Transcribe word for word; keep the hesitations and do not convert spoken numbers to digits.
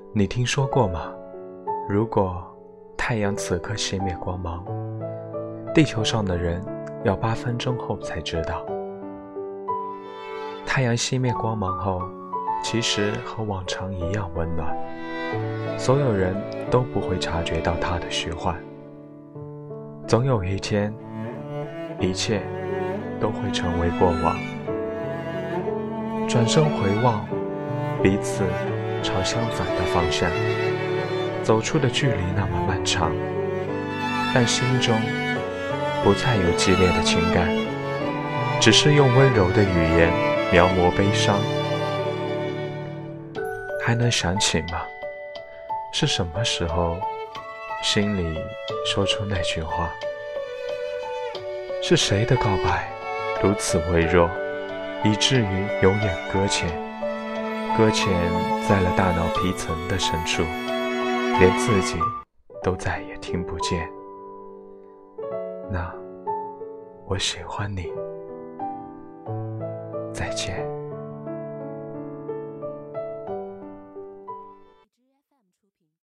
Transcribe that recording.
你听说过吗？如果太阳此刻熄灭光芒，地球上的人要八分钟后才知道。太阳熄灭光芒后，其实和往常一样温暖，所有人都不会察觉到它的虚幻。总有一天，一切都会成为过往。转身回望，彼此朝相反的方向，走出的距离那么漫长，但心中不再有激烈的情感，只是用温柔的语言描摹悲伤。还能想起吗？是什么时候心里说出那句话？是谁的告白如此微弱，以至于永远搁浅，搁浅在了大脑皮层的深处，连自己都再也听不见。那我喜欢你，再见。